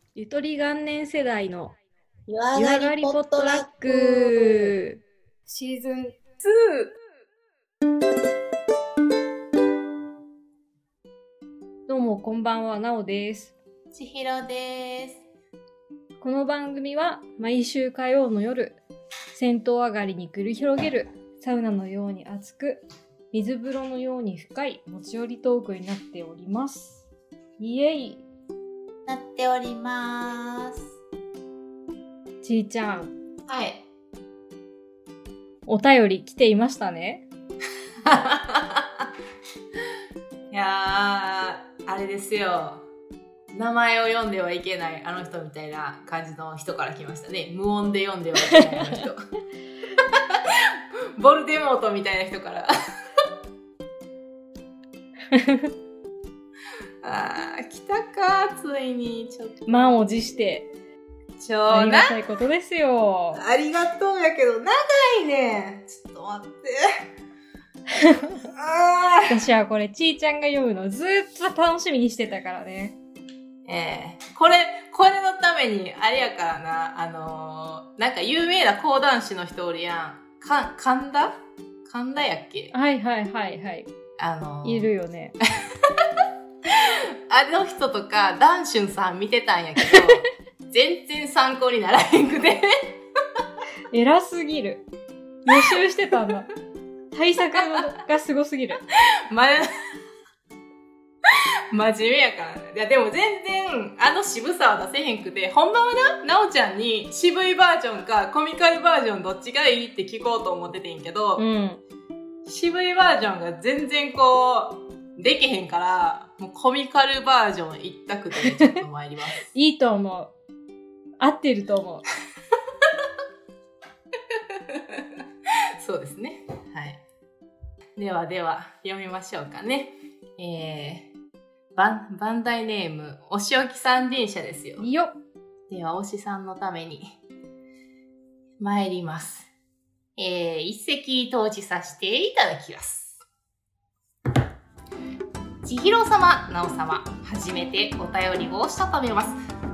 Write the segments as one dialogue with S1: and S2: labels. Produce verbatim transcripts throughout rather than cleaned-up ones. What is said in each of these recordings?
S1: ゆとり元年世代の
S2: 湯
S1: 湯上がりポットラック
S2: シーズンツ
S1: ー。どうもこんばんは、なおです。
S2: ー。ちひろです。
S1: この番組は毎週火曜の夜、銭湯上がりに繰り広げるサウナのように熱く、水風呂のように深い持ち寄りトークになっております。イエイ。
S2: なっております。
S1: ちーちゃん。
S2: はい。
S1: お便り来ていましたね。
S2: いやー、あれですよ。名前を読んではいけないあの人みたいな感じの人から来ましたね。無音で読んではいけないあの人。ボルデモートみたいな人から。あー、来たか、ついに。ちょっと。
S1: 満を持して。
S2: ちょ
S1: ありがたいことですよ。
S2: ありがとうやけど、長いね。ちょっと待って。
S1: あ私はこれ、ちーちゃんが読むのずーっと楽しみにしてたからね。
S2: ええー、これ、これのために、あれやからな、あのー、なんか有名な講談師の人おるやん。か、神田神田やっけ？
S1: はいはいはいはい。
S2: あのー、
S1: いるよね。
S2: あの人とか、ダンシュンさん見てたんやけど、全然参考にならへんくて。
S1: 偉すぎる。予習してたんだ。対策がすごすぎる。
S2: ま、真面目やからね。いや、でも全然、あの渋さは出せへんくて、ほんまはな、なおちゃんに渋いバージョンかコミカルバージョンどっちがいいって聞こうと思っててんけど、
S1: うん、
S2: 渋いバージョンが全然こう、できへんから、もうコミカルバージョン一択でちょっと参ります。
S1: いいと思う。合ってると思う。
S2: そうですね。はい。ではでは、読みましょうかね。えー、バン、バンダイネーム、お仕置き三輪車ですよ。
S1: いいよ。
S2: では、おしさんのために、参ります。えー、一席投じさせていただきます。ちひろ様、なお様、初めてお便りをしたためます。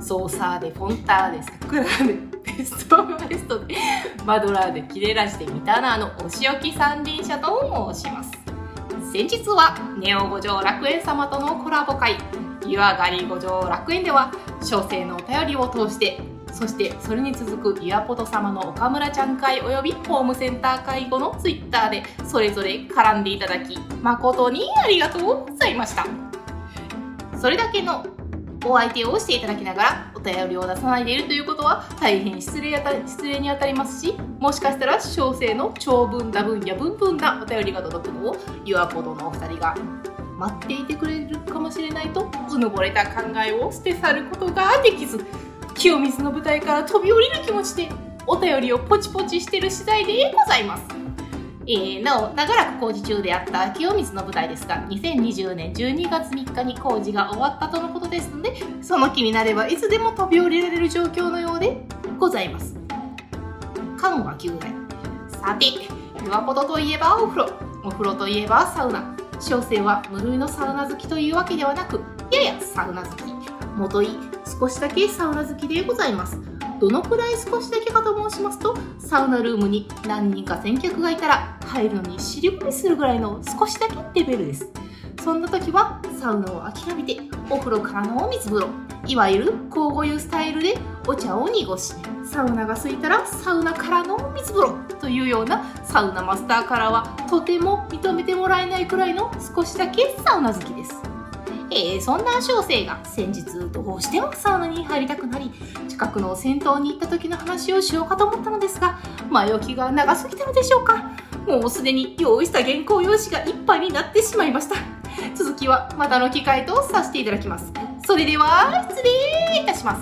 S2: ソーサーでフォンターで桜でベストベストでマドラーでキレラジでミタナーのお仕置き三輪車と申します。先日はネオ五条楽園様とのコラボ会、湯上がり五条楽園では小生のお便りを通して、そしてそれに続くイヤポト様の岡村ちゃん会およびホームセンター会後のツイッターでそれぞれ絡んでいただき誠にありがとうございました。それだけのお相手をしていただきながらお便りを出さないでいるということは大変失礼やた失礼にあたりますし、もしかしたら小生の長文多文や文文なお便りが届くのをユアポドのお二人が待っていてくれるかもしれないとうぬぼれた考えを捨て去ることができず、清水の舞台から飛び降りる気持ちでお便りをポチポチしている次第でございます。えー、なお長らく工事中であった清水の舞台ですが、にせんにじゅうねんじゅうにがつみっかに工事が終わったとのことですので、その気になればいつでも飛び降りられる状況のようでございます。緩和球大。さて、ユアポトといえばお風呂、お風呂といえばサウナ。小生は無類のサウナ好きというわけではなく、ややサウナ好き、もとい少しだけサウナ好きでございます。どのくらい少しだけかと申しますと、サウナルームに何人か先客がいたら入るのに尻込みするぐらいの少しだけレベルです。そんな時はサウナを諦めてお風呂からのお水風呂、いわゆる交互湯スタイルでお茶を濁し、サウナが空いたらサウナからのお水風呂というようなサウナマスターからはとても認めてもらえないくらいの少しだけサウナ好きです。えー、そんな小生が先日どうしてもサウナに入りたくなり、近くの銭湯に行った時の話をしようかと思ったのですが、前置きが長すぎたのでしょうか。もうすでに用意した原稿用紙がいっぱいになってしまいました。続きはまたの機会とさせていただきます。それでは失礼いたします。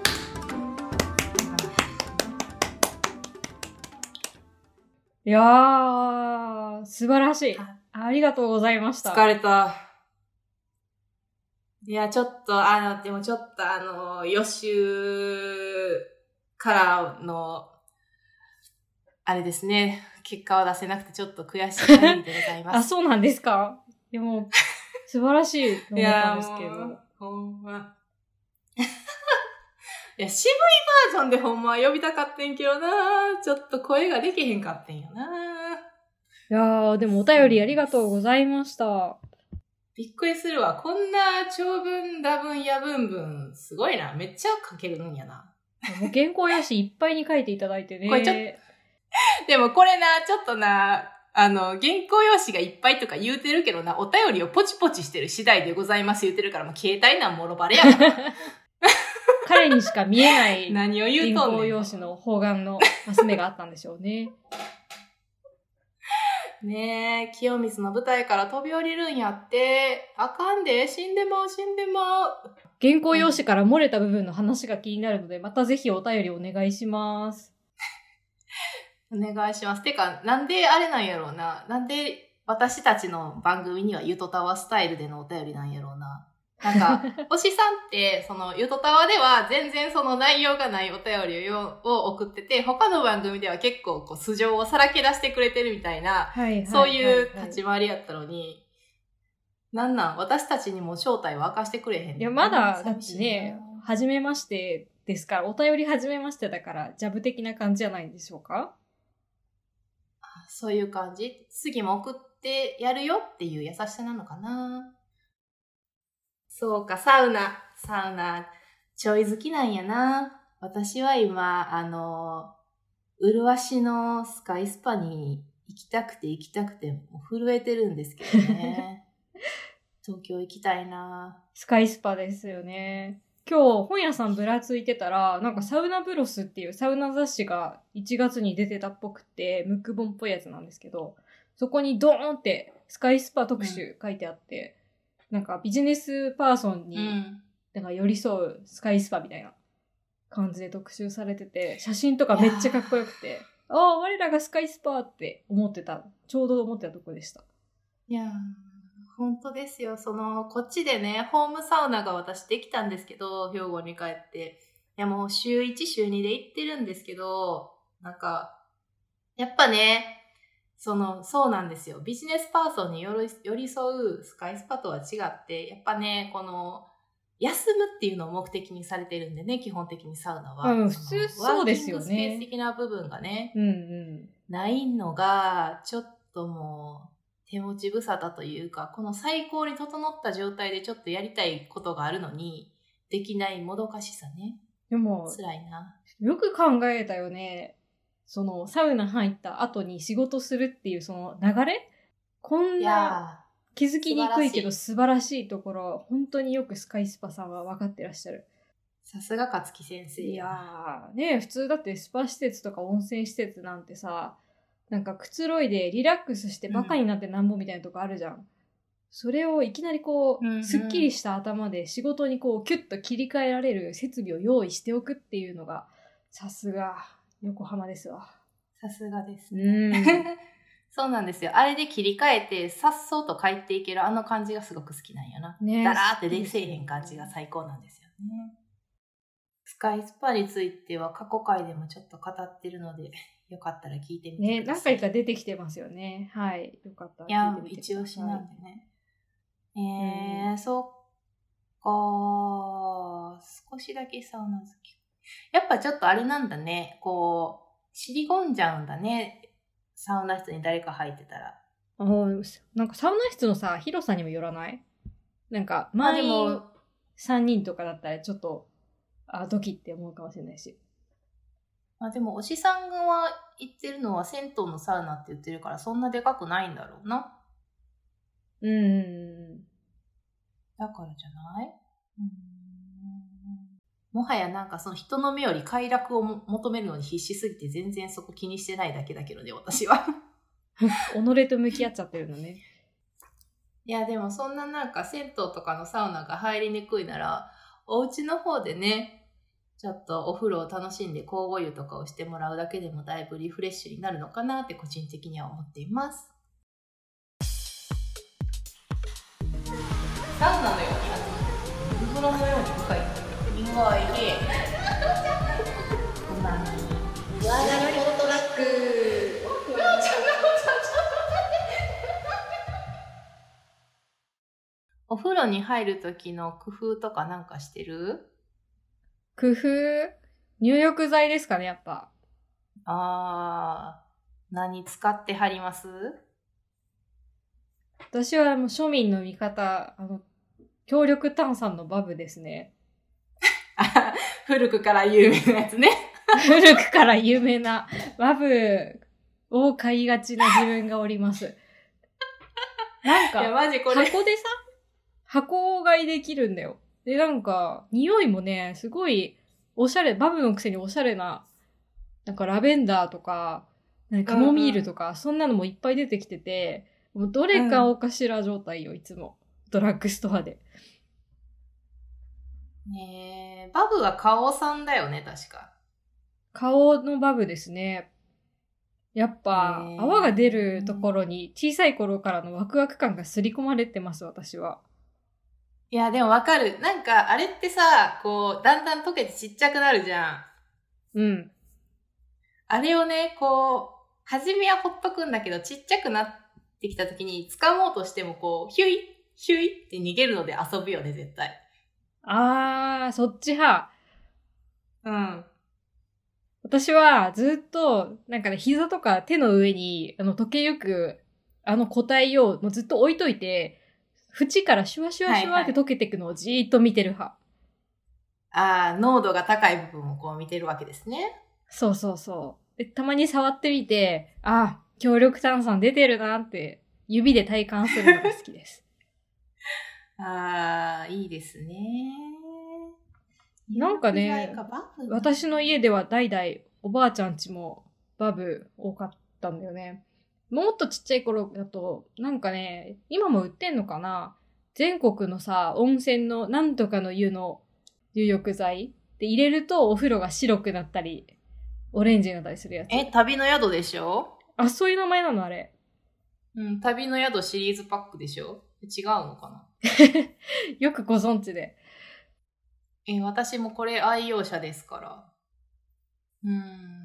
S1: いやー、素晴らしい。ありがとうございました。
S2: 疲れた。いや、ちょっと、あの、でもちょっとあの、予習からの、あれですね、結果は出せなくてちょっと悔しい限りでございます。
S1: あ、そうなんですか？でも、素晴らしいと思ったんですけど。
S2: ほんま。 いや、渋いバージョンでほんまは呼びたかってんけどな。ちょっと声ができへんかってんよな。
S1: いやー、でもお便りありがとうございました。
S2: びっくりするわ。こんな長文、多文、野文文、すごいな。めっちゃ書けるんやな。
S1: もう原稿用紙いっぱいに書いていただいてね。
S2: これちょっと、でもこれな、ちょっとな、あの、原稿用紙がいっぱいとか言うてるけどな、お便りをポチポチしてる次第でございます言うてるから、もう携帯なんもろバレやから。
S1: 彼にしか見えない
S2: 何を言うとんねん。
S1: 原稿用紙の方眼のマス目があったんでしょうね。
S2: ねえ、清水の舞台から飛び降りるんやって。あかんで、死んでまう、死んでまう。
S1: 原稿用紙から漏れた部分の話が気になるので、またぜひお便りお願いします。
S2: お願いします。てか、なんであれなんやろうな。なんで私たちの番組にはゆとたわスタイルでのお便りなんやろうな。なんか、星さんって、その、ゆとたわでは全然その内容がないお便りを送ってて、他の番組では結構こう素性をさらけ出してくれてるみたいな、はいはいはいはい、そういう立ち回りやったのに、なんなん私たちにも正体を明かしてくれへん、ね。
S1: いや、まだ、だってね、はじめましてですから、お便りはじめましてだから、ジャブ的な感じじゃないんでしょうか？
S2: そういう感じ？次も送ってやるよっていう優しさなのかな？そうか、サウナ、サウナ、ちょい好きなんやな。私は今、あの、麗しのスカイスパに行きたくて行きたくて、もう震えてるんですけどね。東京行きたいな。
S1: スカイスパですよね。今日本屋さんぶらついてたら、なんかサウナブロスっていうサウナ雑誌がいちがつに出てたっぽくて、ムック本っぽいやつなんですけど、そこにドーンってスカイスパ特集書いてあって、うん、なんかビジネスパーソンになんか寄り添うスカイスパみたいな感じで特集されてて、写真とかめっちゃかっこよくて、ああ、我らがスカイスパって思ってた、ちょうど思ってたとこでした。
S2: いやー。本当ですよ。その、こっちでね、ホームサウナが私できたんですけど、兵庫に帰って。いやもう週いち、週にで行ってるんですけど、なんか、やっぱね、その、そうなんですよ。ビジネスパーソンに寄り添うスカイスパとは違って、やっぱね、この、休むっていうのを目的にされてるんでね、基本的にサウナは。
S1: うん、普通そうですよね。
S2: ワーキングスペース的な部分がね、
S1: うんうん、
S2: ないのが、ちょっともう、手持ち無沙汰というか、この最高に整った状態でちょっとやりたいことがあるのに、できないもどかしさね。
S1: でも、
S2: 辛いな。
S1: よく考えたよね。その、サウナ入った後に仕事するっていうその流れ？こんな気づきにくいけど素晴らしいところ、本当によくスカイスパさんは分かってらっしゃる。
S2: さすが勝木先生。
S1: いやー、ね、普通だってスパ施設とか温泉施設なんてさ、なんかくつろいでリラックスしてバカになってなんぼみたいなとこあるじゃん。うん、それをいきなりこう、うんうん、すっきりした頭で仕事にこうキュッと切り替えられる設備を用意しておくっていうのが、さすが横浜ですわ。
S2: さすがですね。うん、そうなんですよ。あれで切り替えてさっそうと帰っていけるあの感じがすごく好きなんやな。ね、だらーってでせえへん感じが最高なんですよね。スカイスパについては過去回でもちょっと語ってるので、よかったら聞いてみてください。ね、
S1: 何回か出てきてますよね。はい。よかったら聞いてみてください。
S2: いや、一押しなんでね。えー、うん、そっかー。少しだけサウナ好き。やっぱちょっとあれなんだね。こう、尻込んじゃうんだね。サウナ室に誰か入ってたら。
S1: あー、なんかサウナ室のさ、広さにもよらない？なんか、周りもさんにんとかだったらちょっと、あ、ドキって思うかもしれないし。
S2: あ、でも、おしさんが言ってるのは銭湯のサウナって言ってるから、そんなでかくないんだろうな。
S1: うーん。
S2: だからじゃない？うーん。もはやなんかその人の目より快楽をも求めるのに必死すぎて全然そこ気にしてないだけだけどね、私は。
S1: 己と向き合っちゃってるのね。
S2: いや、でもそんななんか銭湯とかのサウナが入りにくいなら、お家の方でね、ちょっとお風呂を楽しんで交互湯とかをしてもらうだけでもだいぶリフレッシュになるのかなって個人的には思っています。サウナのように熱くて、水風呂のように深い。意外で。こんなに。ワーナリフォートラック。お風呂に入る時の工夫とかなんかしてる？
S1: 工夫、入浴剤ですかね、やっぱ。
S2: あー、何使ってはります？
S1: 私はもう庶民の味方、あの、強力炭酸のバブですね。
S2: あ、古くから有名なやつね。
S1: 古くから有名なバブを買いがちな自分がおります。なんか、
S2: いや、マジこれ。
S1: 箱でさ、箱買いできるんだよ。で、なんか、匂いもね、すごい、おしゃれ、バブのくせにおしゃれな、なんかラベンダーとか、カモミールとか、うんうん、そんなのもいっぱい出てきてて、もうどれかおかしら状態よ、いつも。ドラッグストアで。
S2: ねえ、バブは花王さんだよね、確か。
S1: 花王のバブですね。やっぱ、泡が出るところに小さい頃からのワクワク感が刷り込まれてます、私は。
S2: いや、でもわかる。なんか、あれってさ、こう、だんだん溶けてちっちゃくなるじゃ
S1: ん。うん。
S2: あれをね、こう、初めはほっとくんだけど、ちっちゃくなってきた時に、掴もうとしてもこう、ヒュイヒュイって逃げるので遊ぶよね、絶対。
S1: あー、そっち派。
S2: うん。
S1: 私はずっと、なんかね、膝とか手の上に、あの、溶けゆく、あの固体をもうずっと置いといて、縁からシュワシュワシュワって溶けていくのをじーっと見てる派。
S2: はいはい、あー、濃度が高い部分をこう見てるわけですね。
S1: そうそうそう。で、たまに触ってみて、あ、強力炭酸出てるなって、指で体感するのが好きです。
S2: あー、いいですね。
S1: なんかね、私の家では代々おばあちゃんちもバブ多かったんだよね。もっとちっちゃい頃だと、なんかね、今も売ってんのかな？全国のさ、温泉のなんとかの湯の入浴剤で入れるとお風呂が白くなったり、オレンジになったりするやつ。
S2: え、旅の宿でしょ？
S1: あ、そういう名前なのあれ。
S2: うん、旅の宿シリーズパックでしょ？違うのかな？
S1: よくご存知で。
S2: え、私もこれ愛用者ですから。うん。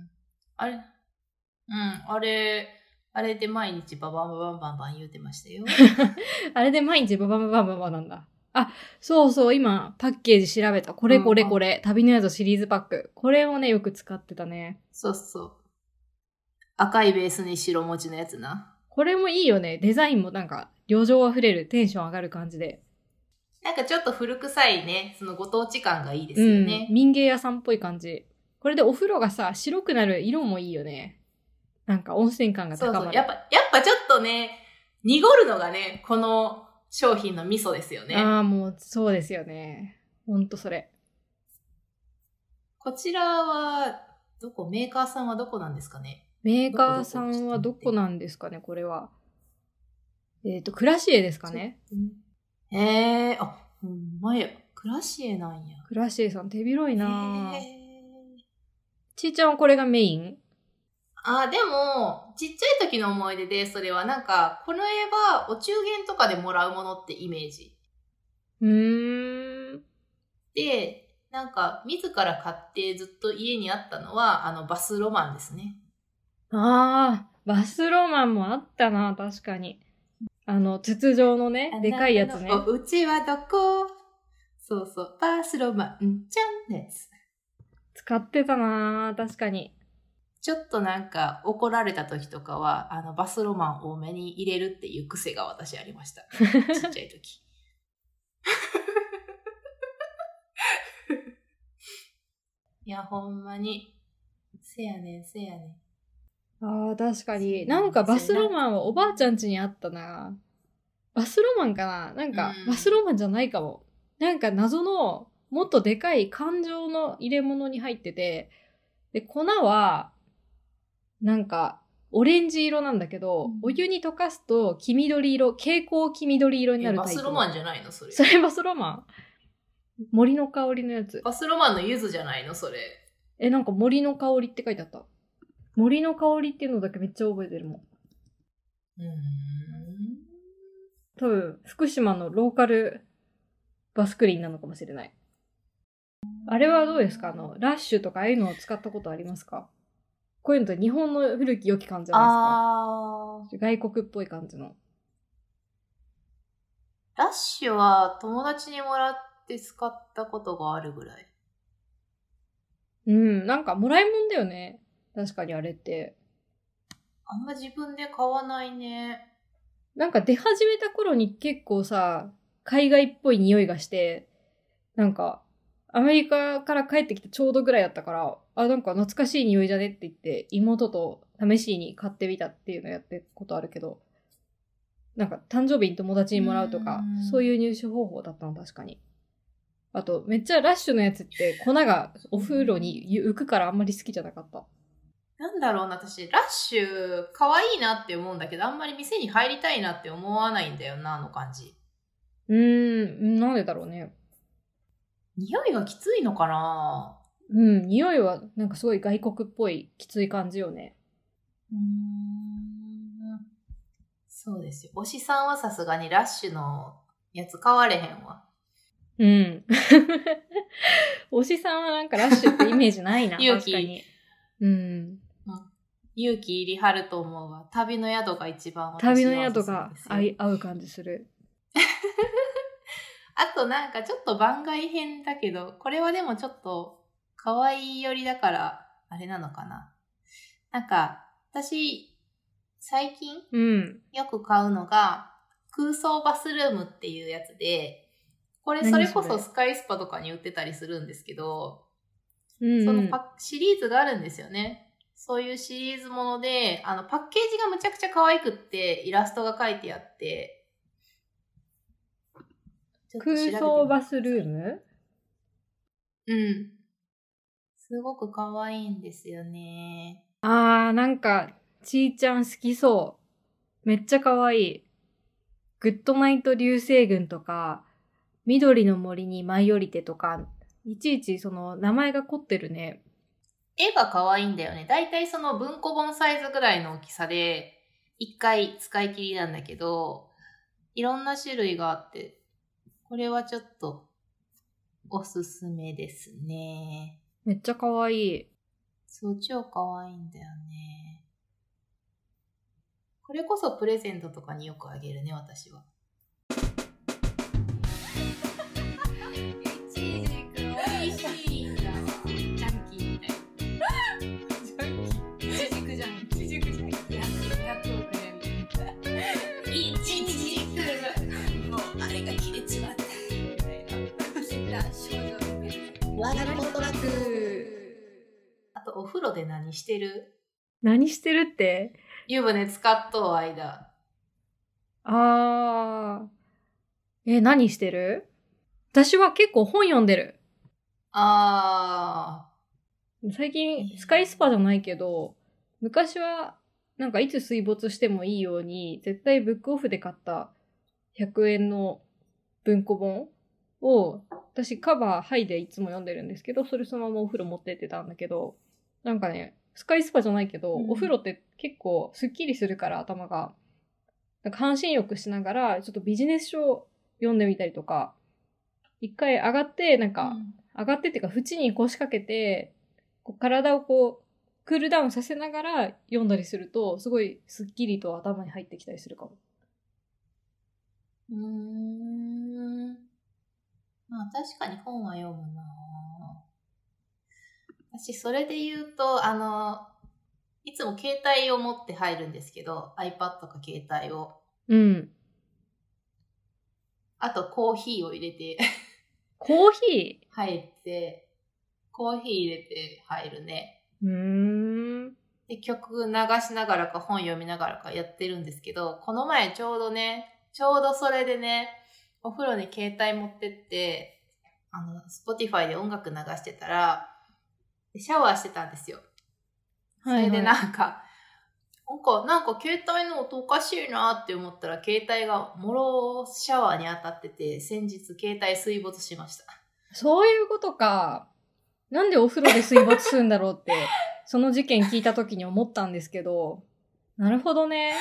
S2: あれ、うん、あれ、あれで毎日ババンババンバンバン言うてましたよ。
S1: あれで毎日ババンババンバンバンなんだ。あ、そうそう、今パッケージ調べた。これこれこれ、うん、旅の宿シリーズパック。これをね、よく使ってたね。
S2: そうそう。赤いベースに白文字のやつな。
S1: これもいいよね。デザインもなんか、旅情あふれる、テンション上がる感じで。
S2: なんかちょっと古臭いね、そのご当地感がいいですよね。
S1: うん、民芸屋さんっぽい感じ。これでお風呂がさ、白くなる色もいいよね。なんか温泉感が高まる。
S2: そうそう。やっぱ、やっぱちょっとね、濁るのがね、この商品のミソですよね。
S1: ああ、もうそうですよね。ほんとそれ。
S2: こちらは、どこ、メーカーさんはどこなんですかね？
S1: メーカーさんはどこなんですかね、これは。えっと、クラシエですかね。
S2: へえー、あ、ほんまや。クラシエなんや。
S1: クラシエさん手広いなぁ。ちーちゃんはこれがメイン？
S2: あ、でも、ちっちゃい時の思い出で、それはなんか、この絵はお中元とかでもらうものってイメージ。
S1: うーん。
S2: で、なんか、自ら買ってずっと家にあったのは、あの、バスロマンですね。
S1: ああ、バスロマンもあったな、確かに。あの、筒状のね、でかいやつね。
S2: おうちはどこ？そうそう、バスロマンちゃんです。
S1: 使ってたな、確かに。
S2: ちょっとなんか怒られた時とかは、あの、バスロマン多めに入れるっていう癖が私ありました。ちっちゃい時。いや、ほんまに。せやねん、せやね
S1: ん。ああ、確かに。なんかバスロマンはおばあちゃん家にあったな。バスロマンかな？なんか、バスロマンじゃないかも。なんか謎の、もっとでかい缶状の入れ物に入ってて、で、粉は、なんか、オレンジ色なんだけど、うん、お湯に溶かすと黄緑色、蛍光黄緑色になるタイプ。
S2: バスロマンじゃないのそれ。
S1: それバスロマン？森の香りのやつ。
S2: バスロマンの柚子じゃないのそれ。
S1: え、なんか森の香りって書いてあった。森の香りっていうのだけめっちゃ覚えてるもん。
S2: うーん。
S1: 多分、福島のローカルバスクリーンなのかもしれない。あれはどうですか？あの、ラッシュとかああいうのを使ったことありますか？こういうのって日本の古き良き感じじゃないですか。外国っぽい感じの。
S2: ラッシュは友達にもらって使ったことがあるぐらい。
S1: うん、なんかもらいもんだよね。確かにあれって。
S2: あんま自分で買わないね。
S1: なんか出始めた頃に結構さ、海外っぽい匂いがして、なんか、アメリカから帰ってきてちょうどぐらいだったから、あ、なんか懐かしい匂いじゃねって言って、妹と試しに買ってみたっていうのやってることあるけど、なんか誕生日に友達にもらうとか、そういう入手方法だったの確かに。あと、めっちゃラッシュのやつって粉がお風呂に浮くからあんまり好きじゃなかった。
S2: なんだろうな、私、ラッシュ、可愛いなって思うんだけど、あんまり店に入りたいなって思わないんだよな、あの感じ。
S1: うーん、なんでだろうね。
S2: 匂いがきついのかな？
S1: うん、匂いはなんかすごい外国っぽいきつい感じよね。
S2: うーん。そうですよ。推しさんはさすがにラッシュのやつ買われへんわ。
S1: うん。推しさんはなんかラッシュってイメージないな、
S2: 勇気
S1: 確かに。うん。
S2: 勇気入り張ると思うわ。旅の宿が一番私
S1: 旅
S2: は
S1: の宿が合い合う感じする。
S2: あとなんかちょっと番外編だけど、これはでもちょっと可愛い寄りだから、あれなのかな。なんか、私、最近、
S1: うん、
S2: よく買うのが、空想バスルームっていうやつで、これそれこそスカイスパとかに売ってたりするんですけど、
S1: うんうん、
S2: そのパシリーズがあるんですよね。そういうシリーズもので、あの、パッケージがむちゃくちゃ可愛くって、イラストが描いてあって、
S1: 空想バスルーム？
S2: うん。すごく可愛いんですよね。
S1: あー、なんか、ちーちゃん好きそう。めっちゃ可愛い。グッドナイト流星群とか、緑の森に舞い降りてとか、いちいちその名前が凝ってるね。
S2: 絵が可愛いんだよね。だいたいその文庫本サイズぐらいの大きさで、一回使い切りなんだけど、いろんな種類があって、これはちょっとおすすめですね。
S1: めっちゃ可愛い。
S2: そう、超可愛いんだよね。これこそプレゼントとかによくあげるね、私は。あと、お風呂で何してる？
S1: 何してるって？
S2: 湯船使っとう間。
S1: あー。え、何してる？私は結構本読んでる。
S2: あ
S1: ー。最近、スカイスパじゃないけど、昔は、なんかいつ水没してもいいように、絶対ブックオフで買ったひゃくえんの文庫本を、私カバー剥いでいつも読んでるんですけど、それそのままお風呂持ってってたんだけど、なんかね、スカイスパじゃないけど、うん、お風呂って結構スッキリするから頭が、なんか半身浴しながら、ちょっとビジネス書読んでみたりとか、一回上がって、なんか、うん、上がってっていうか、縁に腰掛けて、こう体をこう、クールダウンさせながら読んだりすると、すごいスッキリと頭に入ってきたりするかも。
S2: うーん。まあ確かに本は読むな。私それで言うと、あの、いつも携帯を持って入るんですけど、iPad か携帯を。
S1: うん。
S2: あとコーヒーを入れて。
S1: コーヒー？
S2: 入って、コーヒー入れて入るね。
S1: うーん。
S2: で、曲流しながらか本読みながらかやってるんですけど、この前ちょうどね、ちょうどそれでね、お風呂に携帯持ってって、あの、Spotify で音楽流してたら、シャワーしてたんですよ。はいはい、それでなんか、なんか、なんか携帯の音おかしいなって思ったら、携帯がもろシャワーに当たってて、先日携帯水没しました。
S1: そういうことか。なんでお風呂で水没するんだろうって、その事件聞いた時に思ったんですけど、なるほどね。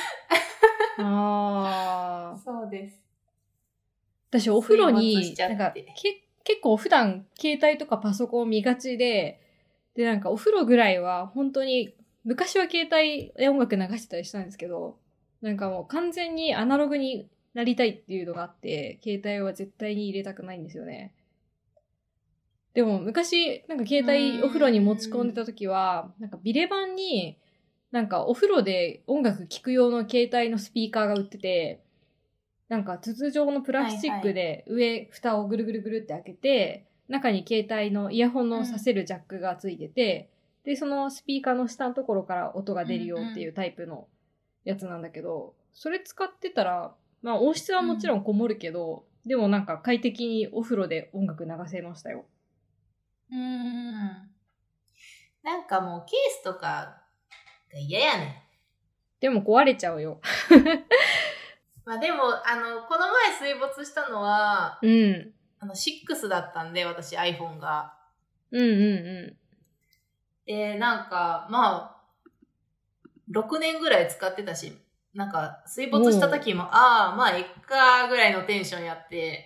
S1: ああ。
S2: そうです。
S1: 私お風呂に、なんかけ結構普段携帯とかパソコンを見がちで、でなんかお風呂ぐらいは本当に、昔は携帯で音楽流してたりしたんですけど、なんかもう完全にアナログになりたいっていうのがあって、携帯は絶対に入れたくないんですよね。 でも昔、なんか携帯お風呂に持ち込んでた時は、なんかビレバンに、なんかお風呂で音楽聴く用の携帯のスピーカーが売ってて、なんか筒状のプラスチックで上、蓋をぐるぐるぐるって開けて、中に携帯のイヤホンのさせるジャックがついてて、うん、で、そのスピーカーの下のところから音が出るよっていうタイプのやつなんだけど、それ使ってたら、まあ音質はもちろんこもるけど、うん、でもなんか快適にお風呂で音楽流せましたよ。
S2: うーん。なんかもうケースとかが嫌やねん。
S1: でも壊れちゃうよ。
S2: まあでも、あの、この前水没したのは、
S1: うん。
S2: あの、シックスだったんで、私 iPhone が。
S1: うんうんうん。
S2: で、なんか、まあ、ろくねんぐらい使ってたし、なんか、水没した時も、ああ、まあ、いっか、ぐらいのテンションやって、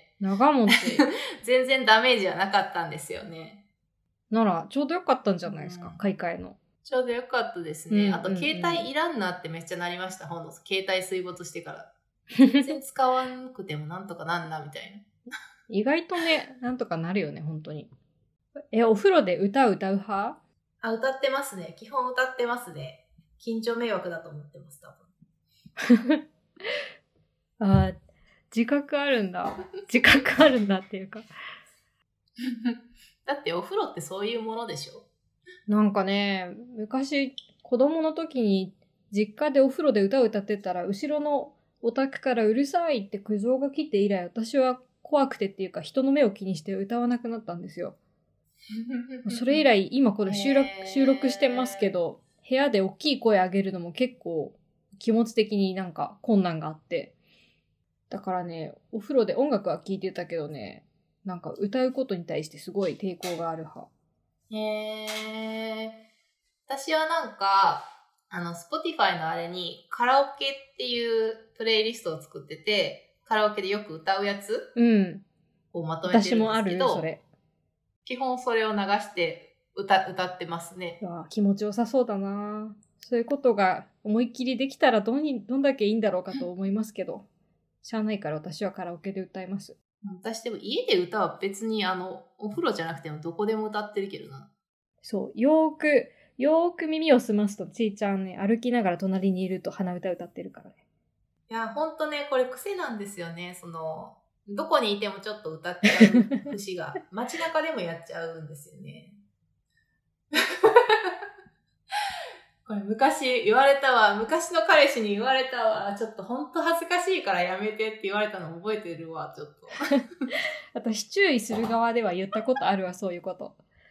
S1: 長持ち。
S2: 全然ダメージはなかったんですよね。
S1: なら、ちょうどよかったんじゃないですか、うん、買い替えの。
S2: ちょうどよかったですね。うんうんうん、あと、携帯いらんなってめっちゃなりました、ほんと。携帯水没してから。全然使わなくてもなんとかなんな、みたいな。
S1: 意外とね、なんとかなるよね、本当に。え、お風呂で歌歌う派？
S2: あ、歌ってますね。基本歌ってますね。緊張迷惑だと思ってます、多
S1: 分。あ、自覚あるんだ。自覚あるんだっていうか。
S2: だってお風呂ってそういうものでしょ？
S1: なんかね、昔子供の時に実家でお風呂で歌を歌ってたら、後ろのお宅からうるさいって苦情が来て以来、私は怖くてっていうか人の目を気にして歌わなくなったんですよ。それ以来、今これ収録、収録してますけど、部屋で大きい声上げるのも結構気持ち的になんか困難があって。だからね、お風呂で音楽は聴いてたけどね、なんか歌うことに対してすごい抵抗がある派。
S2: へー。私はなんか、あの、Spotify のあれにカラオケっていうプレイリストを作ってて、カラオケでよく歌うやつをまとめてるんですけど、
S1: 私もあるそれ。
S2: 基本それを流して歌、歌ってますね。
S1: 気持ちよさそうだな。そういうことが思いっきりできたらどんに、どんだけいいんだろうかと思いますけど、しゃあないから私はカラオケで歌います。
S2: 私でも家で歌は別にあの、お風呂じゃなくてもどこでも歌ってるけどな。
S1: そう、よーく、よーく耳を澄ますとちいちゃんね、歩きながら隣にいると鼻歌歌ってるからね。
S2: いや、ほんとね、これ癖なんですよね。その、どこにいてもちょっと歌っちゃう節が、街中でもやっちゃうんですよね。これ昔言われたわ。昔の彼氏に言われたわ。ちょっとほんと恥ずかしいからやめてって言われたの覚えてるわ、ちょっと。
S1: 私注意する側では言ったことあるわ、そういうこと。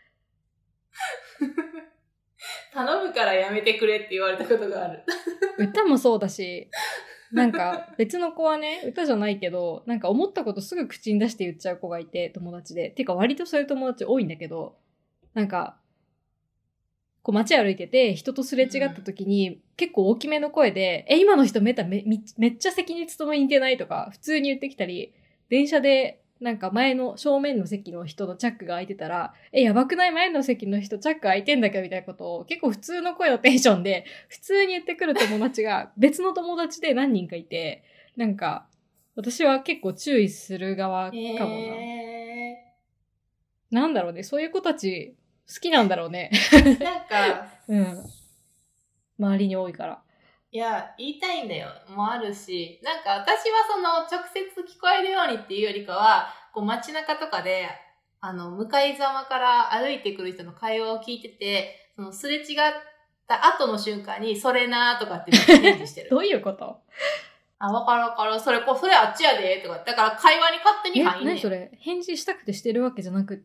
S2: 頼むからやめてくれって言われたことがある。
S1: 歌もそうだし、なんか別の子はね、歌じゃないけど、なんか思ったことすぐ口に出して言っちゃう子がいて、友達で。てか割とそういう友達多いんだけど、なんか、こう街歩いてて、人とすれ違った時に、うん、結構大きめの声で、え、今の人めため、めっちゃ席に勤めに似てないとか、普通に言ってきたり、電車で、なんか前の正面の席の人のチャックが開いてたら、え、やばくない？前の席の人チャック開いてんだけどみたいなことを結構普通の声のテンションで普通に言ってくる友達が別の友達で何人かいて、なんか私は結構注意する側かもな。えー、なんだろうね、そういう子たち好きなんだろうね。
S2: なんか、
S1: うん。周りに多いから。
S2: いや、言いたいんだよ。もあるし、なんか私はその直接聞こえるようにっていうよりかは、こう街中とかで、あの、向かいざまから歩いてくる人の会話を聞いてて、そのすれ違った後の瞬間に、それなーとかって返事してる。
S1: どういうこと？
S2: あ、わかるわかる。それ、こう、それあっちやで、とか。だから会話に勝手に入んねん。
S1: え、何それ？返事したくてしてるわけじゃなくって、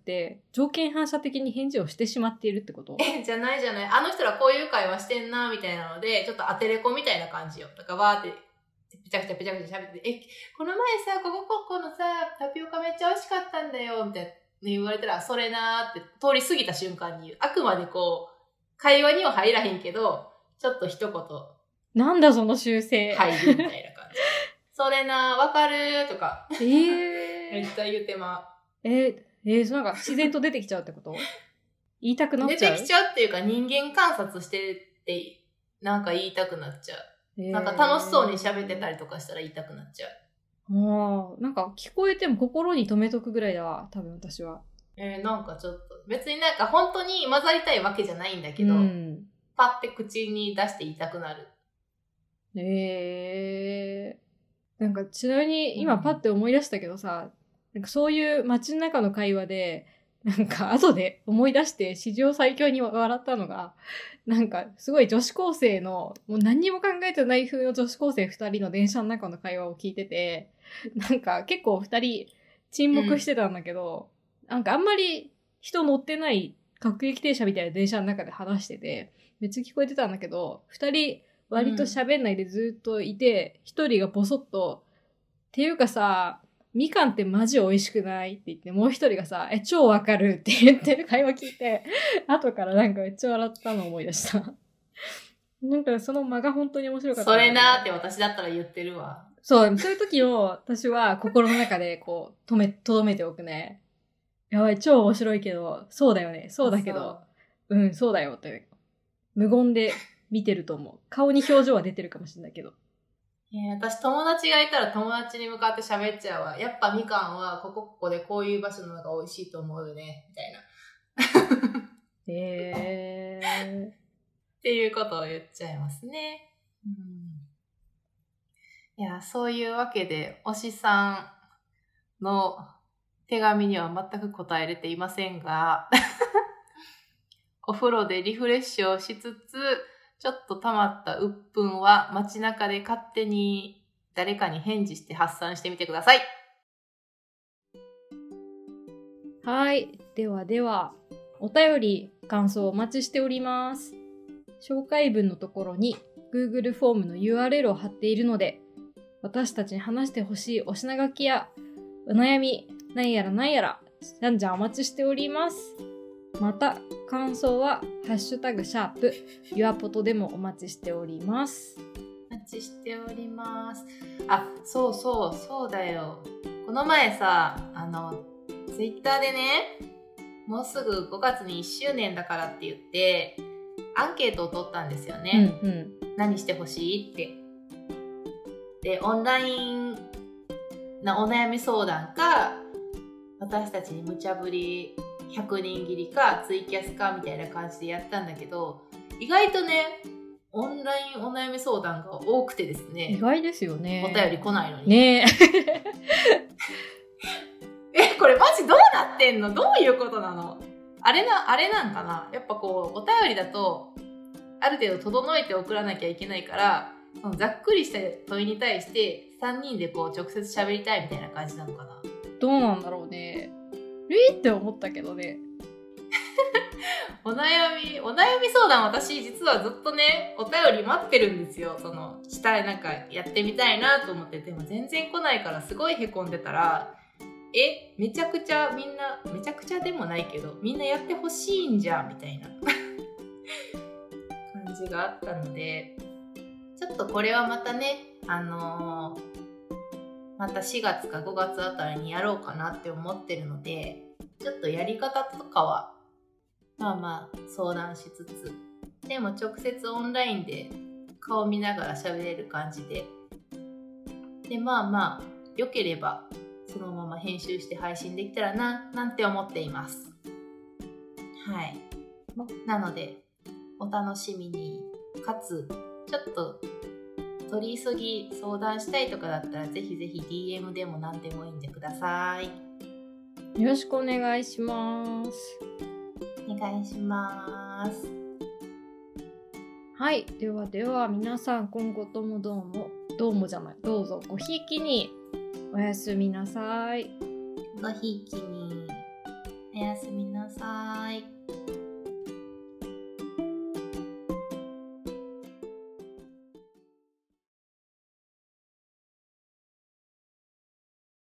S1: 条件反射的に返事をしてしまっているってこと？
S2: え、じゃないじゃない。あの人らこういう会話してんな、みたいなので、ちょっと当てれこみたいな感じよ。だからわーって、ぺちゃくちゃぺちゃくちゃ喋ってて、え、この前さ、ここここのさ、タピオカめっちゃ美味しかったんだよ、みたいな、ね、言われたら、それなーって通り過ぎた瞬間に言う。あくまでこう、会話には入らへんけど、ちょっと一言。
S1: なんだその修正。
S2: 入るみたいな感じ。それな、わかるとか。
S1: えー。
S2: めっちゃ言うてま。
S1: えー、えー、そうなんか自然と出てきちゃうってこと？言いたくなっちゃう？
S2: 出てきちゃうっていうか人間観察してるってなんか言いたくなっちゃう。えー、なんか楽しそうに喋ってたりとかしたら言いたくなっちゃう。
S1: ああ、なんか聞こえても心に留めとくぐらいだわ、多分私は。
S2: えー、なんかちょっと別になんか本当に混ざりたいわけじゃないんだけど、うん、パッて口に出して言いたくなる。
S1: えー、なんかちなみに今パッて思い出したけどさ、うん、なんかそういう街の中の会話でなんか後で思い出して史上最強に笑ったのが、なんかすごい女子高生のもう何にも考えてない風の女子高生二人の電車の中の会話を聞いてて、なんか結構二人沈黙してたんだけど、うん、なんかあんまり人乗ってない各駅停車みたいな電車の中で話してて、めっちゃ聞こえてたんだけど、二人割と喋んないでずっといて、一、うん、人がボソッと、っていうかさ、みかんってマジ美味しくないって言って、もう一人がさ、え、超わかるって言ってる会話聞いて、後からなんかめっちゃ笑ったのを思い出した。なんかその間が本当に面白かった。
S2: それなーって私だったら言ってるわ。
S1: そう、そういう時を私は心の中でこう、止め、とどめておくね。やばい、超面白いけど、そうだよね、そうだけど、ううん、そうだよって。無言で見てると思う。顔に表情は出てるかもしれないけど。
S2: えー、私友達がいたら友達に向かって喋っちゃうわ。やっぱみかんはここここでこういう場所の方が美味しいと思うよね、みたいな。
S1: へー。
S2: っていうことを言っちゃいますね。うん、いや、そういうわけで、推しさんの手紙には全く答えれていませんが、お風呂でリフレッシュをしつつ、ちょっと溜まった鬱憤は街中で勝手に誰かに返事して発散してみてください。
S1: はい。ではでは、お便り、感想お待ちしております。紹介文のところに Google フォームの ユーアールエル を貼っているので、私たちに話してほしいお品書きやお悩み、なんやらなんやら、じゃんじゃんお待ちしております。また、感想は、ハッシュタグ、シャープ、ユアポトでもお待ちしております。
S2: お待ちしております。あ、そうそう、そうだよ。この前さ、あの、ツイッターでね、もうすぐごがつにいっしゅうねんだからって言って、アンケートを取ったんですよね。うんうん、何してほしいって。で、オンラインなお悩み相談か、私たちに無茶ぶりひゃくにん切りかツイキャスかみたいな感じでやったんだけど、意外とね、オンラインお悩み相談が多くてですね。
S1: 意外ですよね。
S2: お便り来ないのに。
S1: ね
S2: え、これマジどうなってんの？どういうことなの？あれな、あれなんかな？やっぱこう、お便りだと、ある程度整えて送らなきゃいけないから、そのざっくりした問いに対して、さんにんでこう、直接喋りたいみたいな感じなのかな？
S1: どうなんだろうね。えーって思ったけどね。
S2: お悩み、お悩み相談私実はずっとね、お便り待ってるんですよ。その、したいなんかやってみたいなと思って、でも全然来ないからすごい凹んでたら、え、めちゃくちゃみんな、めちゃくちゃでもないけど、みんなやってほしいんじゃん、みたいな感じがあったので、ちょっとこれはまたね、あのー、またしがつかごがつあたりにやろうかなって思ってるので、ちょっとやり方とかは、まあまあ相談しつつ、でも直接オンラインで顔見ながら喋れる感じで、で、まあまあ、良ければそのまま編集して配信できたらな、なんて思っています。はい。なので、お楽しみに、かつ、ちょっと、取り急ぎ相談したいとかだったらぜひぜひ ディーエム でも何でもいいんでください。
S1: よろしくお願いします。
S2: お願いします。
S1: はい。ではでは皆さん今後ともどうも、どうもじゃない、どうぞごひいきにおやすみなさい。
S2: ごひいきにおやすみなさい。